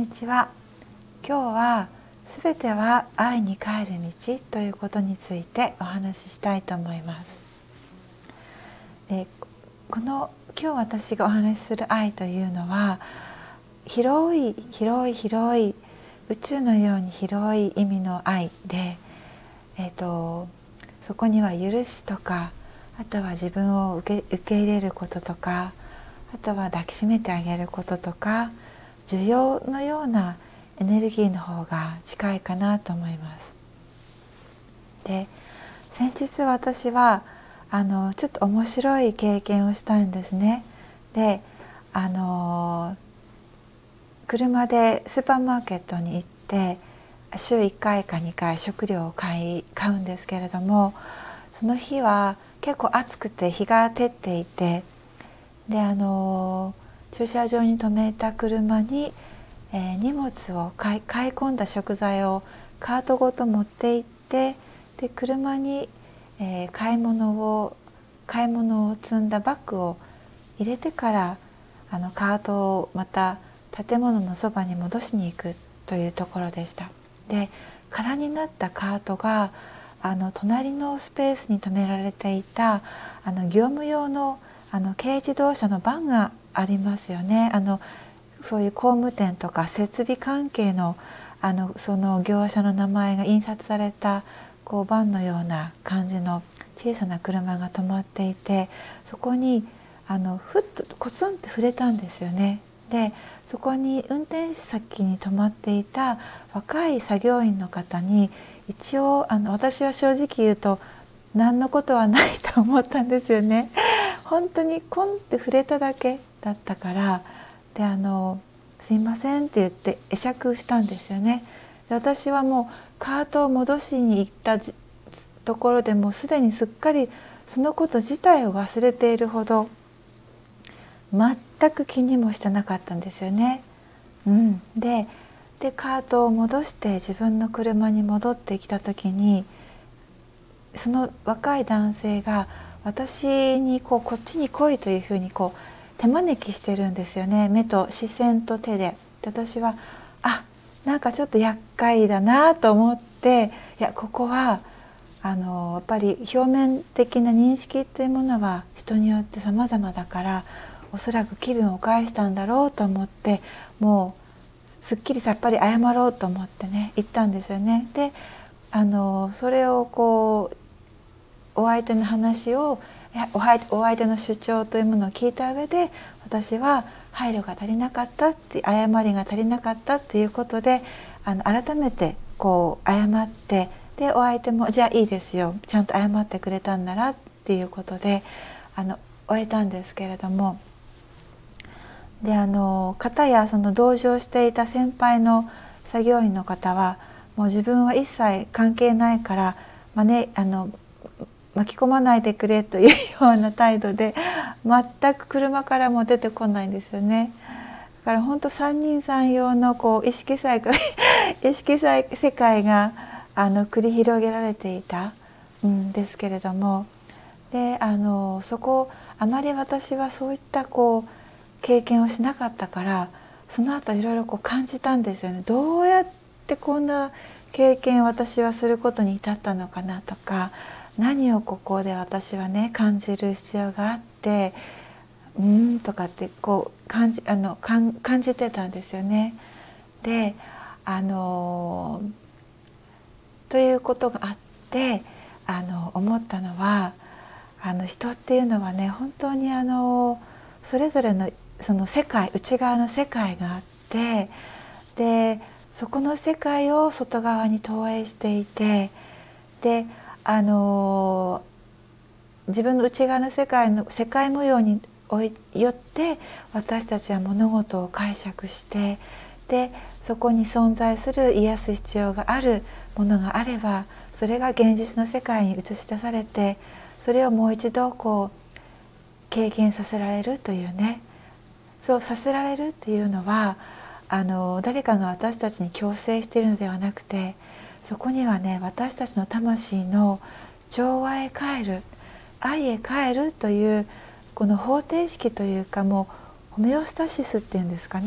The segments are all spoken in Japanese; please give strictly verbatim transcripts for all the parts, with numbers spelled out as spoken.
にちは。今日はすべては愛に帰る道ということについてお話ししたいと思います。でこの今日私がお話しする愛というのは、広い広い広い宇宙のように広い意味の愛で、えーと、そこには許しとか、あとは自分を受け、受け入れることとか、あとは抱きしめてあげることとか、受容のようなエネルギーの方が近いかなと思います。で、先日私はあのちょっと面白い経験をしたんですね。で、あの車でスーパーマーケットに行って週いっかいかにかい食料を買い買うんですけれども、その日は結構暑くて日が照っていて、であの駐車場に止めた車に、えー、荷物を買い、買い込んだ食材をカートごと持って行って、で車に、えー、買い物を買い物を積んだバッグを入れてからあのカートをまた建物のそばに戻しに行くというところでした。で、空になったカートがあの隣のスペースに止められていたあの業務用のあの軽自動車のバンがありますよね。あのそういう工務店とか設備関係のあのその業者の名前が印刷されたこうバンのような感じの小さな車が止まっていて、そこにあのふっとコツンって触れたんですよね。で、そこに運転手席に止まっていた若い作業員の方に一応あの私は正直言うと何のことはないと思ったんですよね。本当にコンって触れただけだったから、であのすいませんって言って会釈したんですよね。で、私はもうカートを戻しに行ったところでもうすでにすっかりそのこと自体を忘れているほど全く気にもしてなかったんですよね。うん、で, でカートを戻して自分の車に戻ってきた時に、その若い男性が私にこうこっちに来いというふうにこう手招きしてるんですよね。目と視線と手で。で、私はあなんかちょっと厄介だなと思って、いやここはあのやっぱり表面的な認識っていうものは人によって様々だから、おそらく気分を害したんだろうと思って、もうすっきりさっぱり謝ろうと思ってね言ったんですよね。であのそれをこうお相手の話をお相手の主張というものを聞いた上で、私は配慮が足りなかったって誤りが足りなかったっていうことであの改めてこう謝って、でお相手もじゃあいいですよ、ちゃんと謝ってくれたんならっていうことであの終えたんですけれども、であの方やその同乗していた先輩の作業員の方はもう自分は一切関係ないから、まあね、あの巻き込まないでくれというような態度で全く車からも出てこないんですよね。だから本当三人三様のこう意識世界意識世界があの繰り広げられていたんですけれども、であのそこあまり私はそういったこう経験をしなかったから、その後いろいろこう感じたんですよね。どうやってこんな経験を私はすることに至ったのかなとか、何をここで私はね感じる必要があって、うーんとかってこう感じあの感感じてたんですよね。であのということがあってあの思ったのは、あの人っていうのはね本当にあのそれぞれのその世界内側の世界があって、でそこの世界を外側に投影していて、であの自分の内側の世界の世界模様によって私たちは物事を解釈して、でそこに存在する癒す必要があるものがあれば、それが現実の世界に映し出されて、それをもう一度こう経験させられるというね、そうさせられるっていうのはあの誰かが私たちに強制しているのではなくて、そこにはね私たちの魂の調和へ帰る、愛へ帰るというこの方程式というか、もうホメオスタシスっていうんですかね、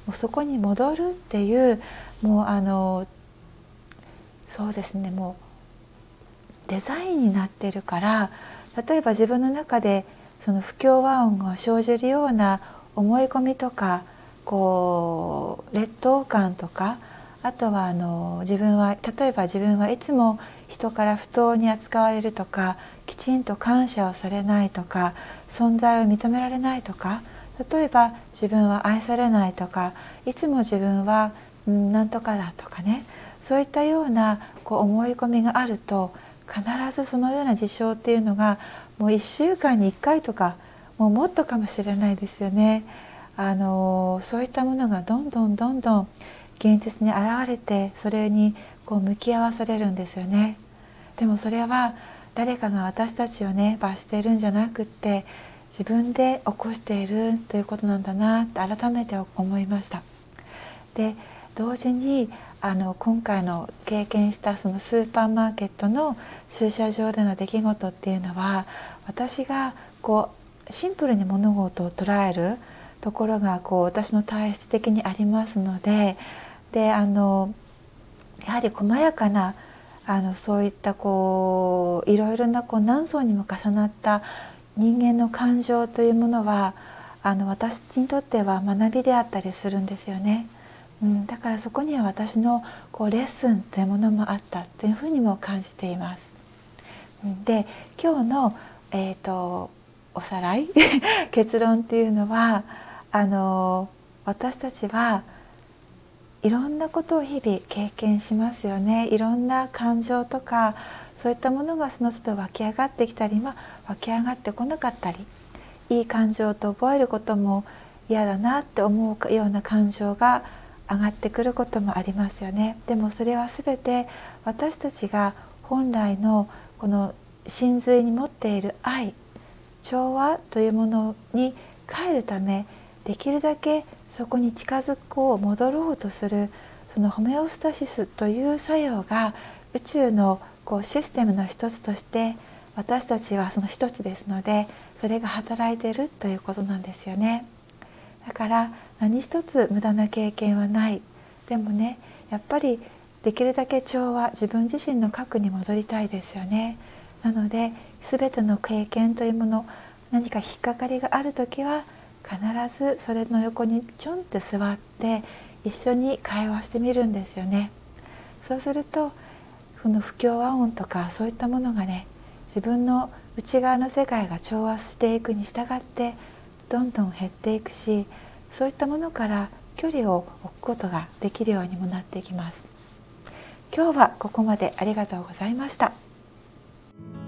もうそこに戻るっていうもうあのそうですねもうデザインになっているから、例えば自分の中でその不協和音が生じるような思い込みとかこう劣等感とか、あとはあの自分は例えば自分はいつも人から不当に扱われるとか、きちんと感謝をされないとか、存在を認められないとか、例えば自分は愛されないとか、いつも自分は、うん、なんとかだとかね、そういったようなこう思い込みがあると、必ずそのような事象っていうのがもういっしゅうかんにいっかいとかもうもっとかもしれないですよね。あのそういったものがどんどんどんどん現実に現れて、それにこう向き合わされるんですよね。でもそれは誰かが私たちをね罰しているんじゃなくって、自分で起こしているということなんだなって改めて思いました。で同時にあの今回の経験したそのスーパーマーケットの駐車場での出来事っていうのは、私がこうシンプルに物事を捉えるところがこう私の体質的にありますので、であのやはり細やかなあのそういったこういろいろなこう何層にも重なった人間の感情というものは、あの私にとっては学びであったりするんですよね。うん、だからそこには私のこうレッスンというものもあったというふうにも感じています。で今日の、えーと、おさらい結論っていうのは、あの私たちはいろんなことを日々経験しますよね。いろんな感情とかそういったものがその都度湧き上がってきたり、まあ、湧き上がってこなかったり、いい感情と覚えることも嫌だなって思うような感情が上がってくることもありますよね。でもそれは全て私たちが本来のこの真髄に持っている愛、調和というものに帰るため、できるだけそこに近づこう戻ろうとする、そのホメオスタシスという作用が宇宙のこうシステムの一つとして、私たちはその一つですので、それが働いているということなんですよね。だから何一つ無駄な経験はない。でもね、やっぱりできるだけ調和、自分自身の核に戻りたいですよね。なので全ての経験というもの、何か引っかかりがあるときは必ずそれの横にちょんって座って一緒に会話してみるんですよね。そうするとその不協和音とかそういったものがね、自分の内側の世界が調和していくに従ってどんどん減っていくし、そういったものから距離を置くことができるようにもなっていきます。今日はここまでありがとうございました。